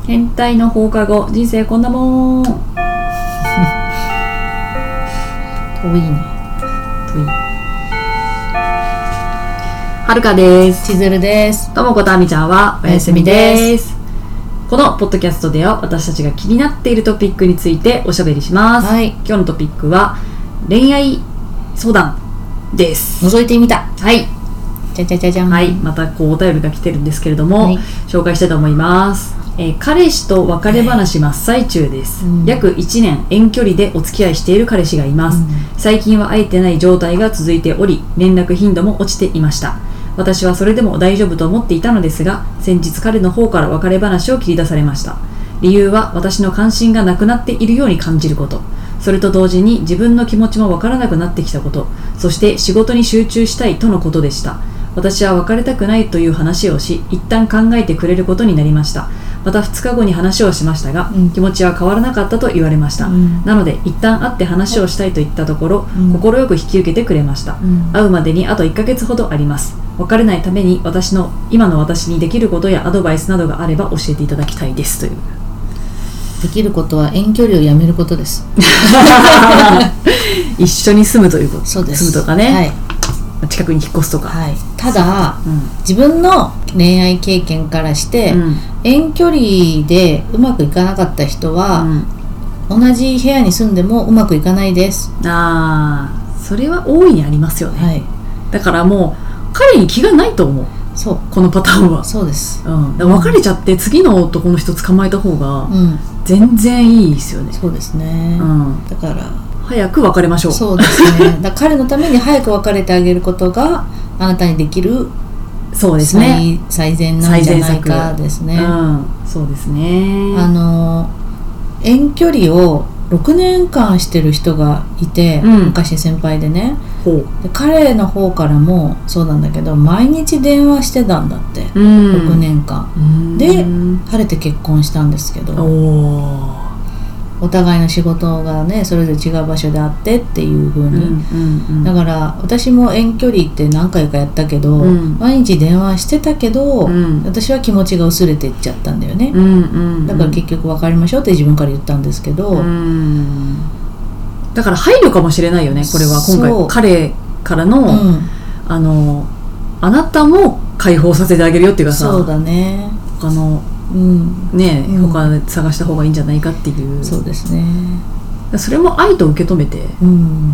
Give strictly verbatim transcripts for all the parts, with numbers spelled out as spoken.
変態の放課後、人生こんなもん。遠いね。 遠い。はるかです。 ちずるです。 ともことあみちゃんはおやすみです。このポッドキャストでは私たちが気になっているトピックについておしゃべりします、はい、今日のトピックは恋愛相談です。 覗いてみた。 はい、 じゃじゃじゃじゃん。 はい、またこうお便りが来てるんですけれども、はい、紹介したいと思います。えー、彼氏と別れ話真っ最中です、うん、約いちねん遠距離でお付き合いしている彼氏がいます、うん、最近は会えてない状態が続いており、連絡頻度も落ちていました。私はそれでも大丈夫と思っていたのですが、先日彼の方から別れ話を切り出されました。理由は私の関心がなくなっているように感じること、それと同時に自分の気持ちもわからなくなってきたこと、そして仕事に集中したいとのことでした。私は別れたくないという話をし、一旦考えてくれることになりました。またふつかごに話をしましたが、うん、気持ちは変わらなかったと言われました、うん、なので一旦会って話をしたいと言ったところ、うん、快く引き受けてくれました、うん、会うまでにあといっかげつほどあります。別れないために私の今の私にできることやアドバイスなどがあれば教えていただきたいですという。 できることは遠距離をやめることです一緒に住むということ。 そうです。 住むとかね、 はい、 近くに引っ越すとか、 はい、ただ、うん、自分の恋愛経験からして、うん、遠距離でうまくいかなかった人は、うん、同じ部屋に住んでもうまくいかないです。 ああ、それは大いにありますよね、はい、だからもう彼に気がないと思う。そう、このパターンは。 そうです、 うん、だから別れちゃって次の男の人捕まえた方が全然いいですよね、 うん、そうですね、うん、だから早く別れましょう。 そうですね。だから彼のために早く別れてあげることがあなたにできる、 そうですね、 最善なんじゃないかですね、うん、 そうですね。 あの遠距離をろくねんかんしてる人がいて、うん、昔先輩でね、ほうで彼の方からもそうなんだけど毎日電話してたんだって、うん、ろくねんかんで晴れて結婚したんですけど、おお互いの仕事がねそれぞれ違う場所であってっていう風に、うんうんうん、だから私も遠距離って何回かやったけど、うん、毎日電話してたけど、うん、私は気持ちが薄れていっちゃったんだよね、うんうんうん、だから結局別れましょうって自分から言ったんですけど、うん、 だから配慮かもしれないよね。これは今回彼からの、うん、あのあなたも解放させてあげるよっていうかさ、 そうだね、 他のうんね、うん、他で探した方がいいんじゃないかっていう。 そうですね。 それも愛と受け止めて、うん、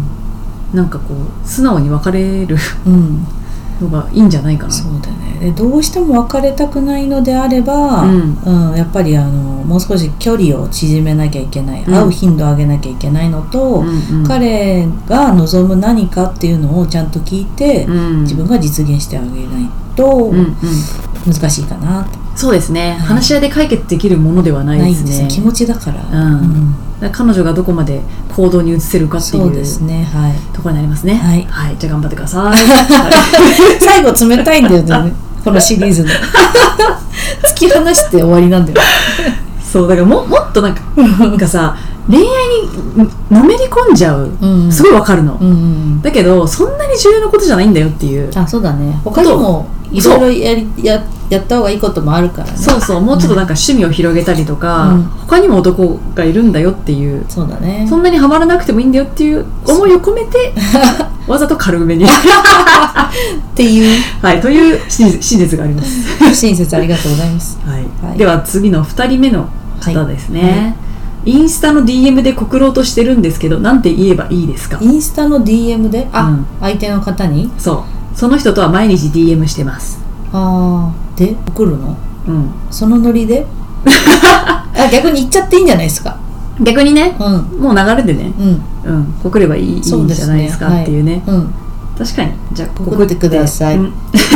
なんかこう素直に別れる、うん、のがいいんじゃないかな。 そうだね。でどうしても別れたくないのであれば、うんうん、やっぱりあのもう少し距離を縮めなきゃいけない、うん、会う頻度を上げなきゃいけないのと、うんうん、彼が望む何かっていうのをちゃんと聞いて、うん、自分が実現してあげないと、うんうん、難しいかなと。 そうですね、はい、話し合いで解決できるものではないですね。 ないんですね、気持ちだから、 うんうん、だから彼女がどこまで行動に移せるかっていう、 そうですね、はい、 ところになりますね、はいはい、じゃあ頑張ってください最後冷たいんだよねこのシリーズの突き放して終わりなんだよそうだから も, もっとなんかなんかさ恋愛にのめり込んじゃう、うん、すごいわかるの、うんうん、だけどそんなに重要なことじゃないんだよっていう。 あ、そうだね、他にもいろいろやり や, やった方がいいこともあるからね。 そうそう、もうちょっとなんか趣味を広げたりとか、うん、他にも男がいるんだよっていう。 そうだね、 そんなにハマらなくてもいいんだよっていう思いを込めてわざと軽めにっていう、 はい、という真実があります親切ありがとうございます、 はいはい、では次のふたりめの方ですね、はいはい、インスタの ディーエム で告ろうとしてるんですけどなんて言えばいいですか。 インスタの ディーエム で、あ、うん、相手の方に。 そう、その人とは毎日 ディーエム してます。 あー、で送るの、うん、そのノリであ、逆に言っちゃっていいんじゃないですか。 逆にね、うん、もう流れでね、うんうん、告ればいい、いいんじゃないですかっていうね、はい、うん、確かに。じゃあ告ってください、うん、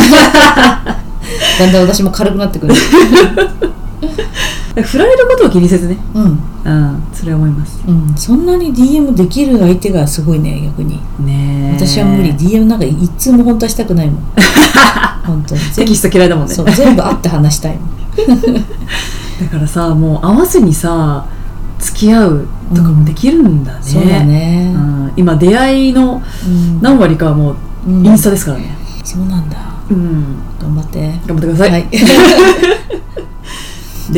だんだん私も軽くなってくる振られることを気にせずね、うん、うん、それは思います、 うん、そんなに ディーエム できる相手がすごいね、逆にね。私は無理、 ディーエム なんか一通も本当はしたくないもん本当にテキスト嫌いだもんね。 そう、全部会って話したいもんだからさ、もう会わずにさ付き合うとかもできるんだね、うん、 そうだね、 うん、今出会いの何割かはもうインスタですからね、 うん、そうなんだ、うん、頑張って頑張ってください、はい、では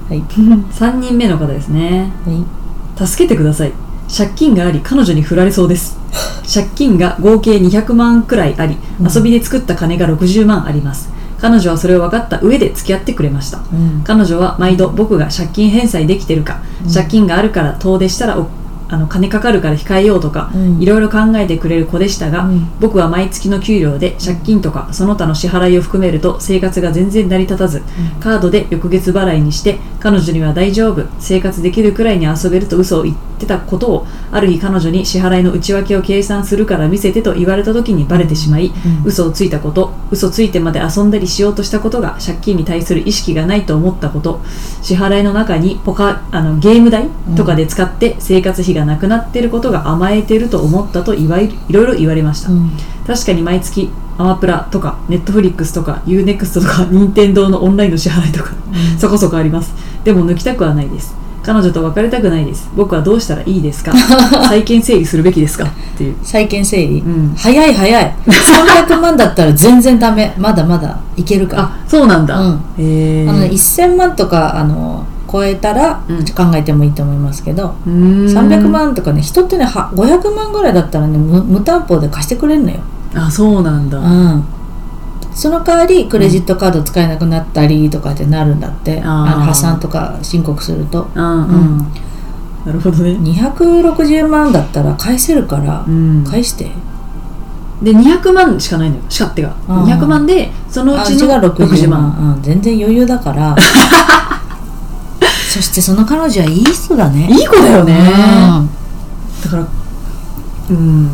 はいさんにんめの方ですね。 はい助けてください。借金があり彼女に振られそうです。借金が合計にひゃくまんくらいあり、うん、遊びで作った金がろくじゅうまんあります。彼女はそれを分かった上で付き合ってくれました、うん、彼女は毎度僕が借金返済できてるか、うん、借金があるから遠出したらおあの金かかるから控えようとか、うん、いろいろ考えてくれる子でしたが、うん、僕は毎月の給料で借金とかその他の支払いを含めると生活が全然成り立たず、うん、カードで翌月払いにして彼女には大丈夫生活できるくらいに遊べると嘘を言ってたことをある日彼女に支払いの内訳を計算するから見せてと言われた時にバレてしまい、うん、嘘をついたこと嘘ついてまで遊んだりしようとしたことが借金に対する意識がないと思ったこと支払いの中にポカあのゲーム代とかで使って生活費がなくなっていることが甘えていると思ったといわいろいろ言われました、うん、確かに毎月アマプラとかネットフリックスとか ユーネクスト とか任天堂のオンラインの支払いとか、うん、そこそこあります。でも抜きたくはないです。彼女と別れたくないです。僕はどうしたらいいですか債権整理するべきですかっていう。 債権整理、 うん、 早い早いさんびゃくまんだったら全然ダメまだまだいけるから。 あ、そうなんだ、 うん、へあの、ね、せんまんとかあの超えたら考えてもいいと思いますけど、うん、さんびゃくまんとかね人ってねごひゃくまんぐらいだったらね 無, 無担保で貸してくれるのよ。 あ、そうなんだ、 うん、その代わりクレジットカード使えなくなったりとかってなるんだって、うん、あの破産とか申告すると、 うんうん、なるほどね。 にひゃくろくじゅうまんだったら返せるから返して、 うん、でにひゃくまんしかないのよ。しかってがにひゃくまんでそのうちのろくじゅうまん、 うん、全然余裕だからそしてその彼女はいい人だね。 いい子だよね、うん、だから、うん、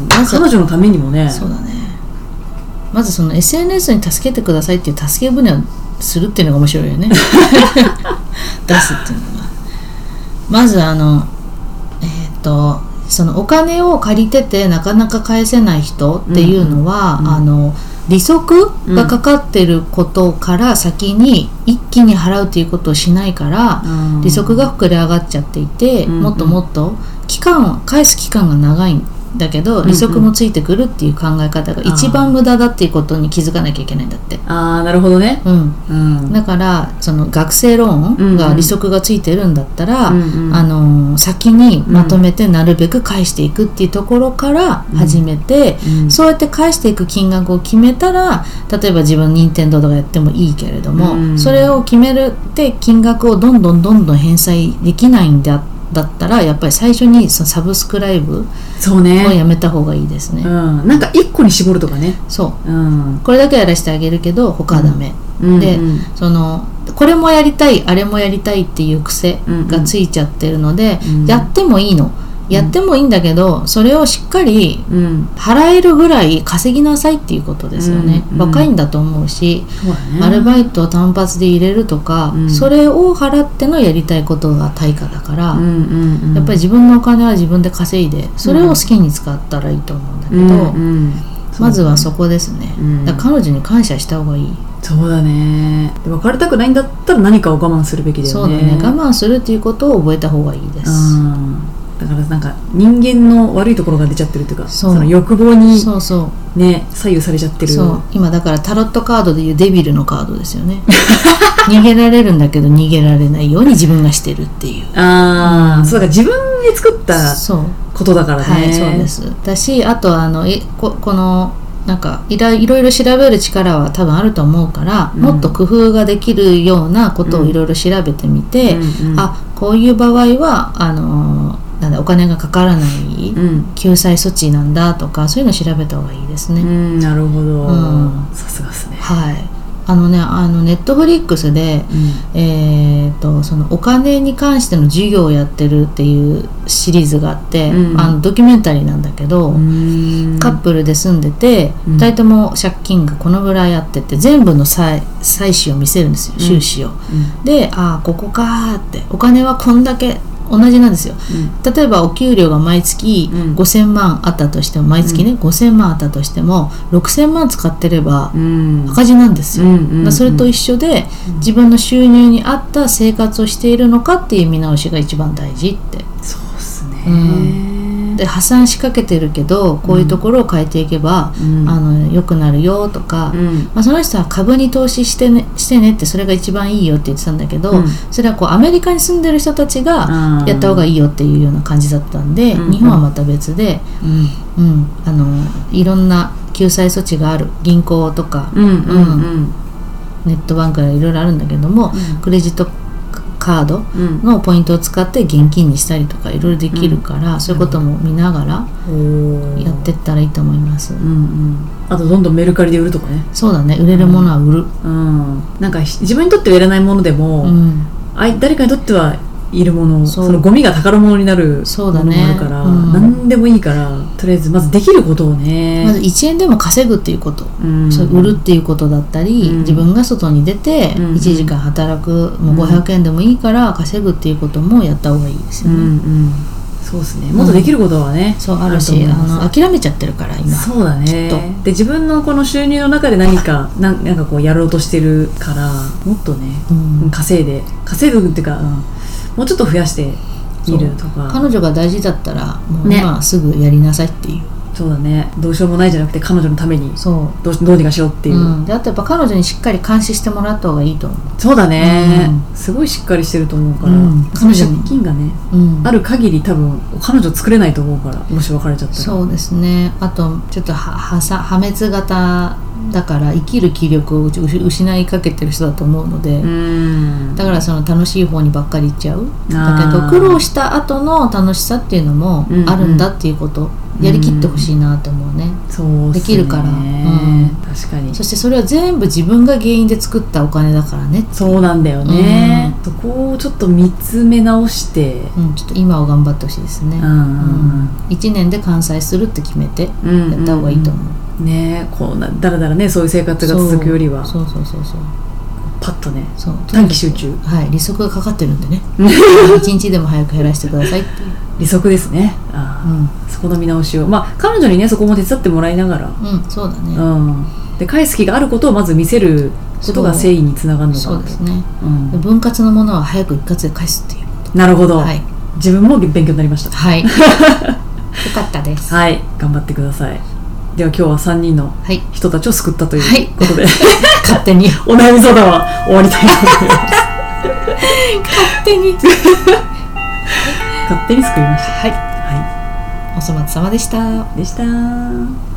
彼女のためにもね。 そうだね。まずその エスエヌエス に助けてくださいっていう助け舟をするっていうのが面白いよね出すっていうのがまずあのえっ、ー、とそのお金を借りててなかなか返せない人っていうのは、うんうん、あの利息がかかってることから先に一気に払うということをしないから、うん、利息が膨れ上がっちゃっていて、うんうん、もっともっと期間を返す期間が長いんだけど利息もついてくるっていう考え方が一番無駄だっていうことに気づかなきゃいけないんだって。 ああ、なるほどね、 うんうん、だからその学生ローンが利息がついてるんだったら、うんうん、あの先にまとめてなるべく返していくっていうところから始めて、うんうん、そうやって返していく金額を決めたら例えば自分任天堂とかやってもいいけれども、うん、それを決めるって金額をどんどんどんどん返済できないんだってだったらやっぱり最初にそのサブスクライブをやめた方がいいですね。 うん、なんかいっこに絞るとかね。 そう、 うん、 これだけやらせてあげるけど他はダメ、うん、で、うんうん、そのこれもやりたいあれもやりたいっていう癖がついちゃってるので、うんうん、やってもいいのやってもいいんだけど、それをしっかり払えるぐらい稼ぎなさいっていうことですよね、うんうん、若いんだと思うし、そうだね、アルバイトを単発で入れるとか、うん、それを払ってのやりたいことが対価だから、うんうんうん、やっぱり自分のお金は自分で稼いでそれを好きに使ったらいいと思うんだけど、うんうん、まずはそこですね、うん、だから彼女に感謝した方がいい。 そうだね。で別れたくないんだったら何かを我慢するべきだよね。 そうだね、我慢するっていうことを覚えた方がいいです。うん、 だからなんか人間の悪いところが出ちゃってるっていうか、その欲望に、 そうそうね、左右されちゃってる。 そう今だからタロットカードでいうデビルのカードですよね逃げられるんだけど逃げられないように自分がしてるっていう。 ああ、うん、そうだから自分で作ったことだからね。 はい、そうです。だしあとあのえ こ, このなんかいろいろ調べる力は多分あると思うから、うん、もっと工夫ができるようなことをいろいろ調べてみて、うんうん、あこういう場合はあのなんだお金がかからない救済措置なんだとか、うん、そういうのを調べた方がいいですね。 うん、なるほど、うん、さすがですね。 はい。あのね、あのネットフリックスで、うん、えー、とそのお金に関しての授業をやってるっていうシリーズがあって、うん、あのドキュメンタリーなんだけど、うん、カップルで住んでて、うん、ふたりとも借金がこのぐらいあってて全部の債紙を見せるんですよ、収支を、うん、で、ああここかーってお金はこんだけ同じなんですよ、うん、例えばお給料が毎月ごせんまんあったとしても、毎月ね、うん、ごせんまんあったとしてもろくせんまん使ってれば赤字なんですよ、うんうんうん、それと一緒で、うん、自分の収入に合った生活をしているのかっていう見直しが一番大事って。 そうですね、 うん、 で破産しかけてるけどこういうところを変えていけば、うん、あの良くなるよとか、うんまあ、その人は株に投資してね、してねってそれが一番いいよって言ってたんだけど、うん、それはこうアメリカに住んでる人たちがやった方がいいよっていうような感じだったんで、うん、日本はまた別で、うんうん、あのいろんな救済措置がある銀行とか、うんうんうんネットバンクがいろいろあるんだけども、うん、クレジットカードのポイントを使って現金にしたりとかいろいろできるから、うん、そういうことも見ながらやっていったらいいと思います、うんうん、 あとどんどんメルカリで売るとかね。 そうだね、売れるものは売る、 うんうん、なんか自分にとっては売れないものでも、うん、誰かにとってはいるもの、そそのゴミが宝物になるものもあるから、ねうん、何でもいいからとりあえずまずできることをね、 まずいちえんでも稼ぐっていうこと、うん、そ売るっていうことだったり、うん、自分が外に出ていちじかん働く、もうごひゃくえんでもいいから稼ぐっていうこともやった方がいいですよね、うんうん、 そうですね、もっとできることはね、 うん、そうあるし、あの諦めちゃってるから今。 そうだね、で自分のこの収入の中で何かななんかこうやろうとしてるからもっとね、うん、稼いで稼ぐっていうか、うんもうちょっと増やしてみるとか。 彼女が大事だったらもう今すぐやりなさいっていう、ね、 そうだね、どうしようもないじゃなくて彼女のためにそうどうどうにかしようっていう、うん、 であとやっぱ彼女にしっかり監視してもらった方がいいと思う。 そうだね、うん、すごいしっかりしてると思うから、うん、その借金がね、うん、ある限り多分彼女作れないと思うから、もし別れちゃったら。 そうですね、あとちょっとははさ破滅型だから生きる気力を失いかけてる人だと思うので、うんだからその楽しい方にばっかりいっちゃう。だけど苦労した後の楽しさっていうのもあるんだっていうこと、うんうん、やりきってほしいなと思うね、うん、そうですね、できるから、うん、確かに。そしてそれは全部自分が原因で作ったお金だからね。 そうなんだよね、うん、そこをちょっと見つめ直して、 うん、ちょっと今を頑張ってほしいですね、うんうん、いちねんで完済するって決めてやった方がいいと思う、うんうんうん、ねえ、こうなだらだらねそういう生活が続くよりはそうそうそうそうパッとね、そう短期集中、 はい、利息がかかってるんでねいちにちでも早く減らしてくださいっていう利息ですね。あ、うん、そこの見直しを、まあ彼女にねそこも手伝ってもらいながら、 うん、そうだね、うん、で返す気があることをまず見せることが誠意につながるのかなと。 そうですね、うん、分割のものは早く一括で返すっていうこと。 なるほど、はい、自分も勉強になりました。 はいよかったです。 はい、頑張ってください。では今日はさんにんの人たちを救ったということで、はい、 勝手にお悩み相談は終わりたいと思います勝手に勝手に救いました。 はい、はい、お粗末様でしたでした。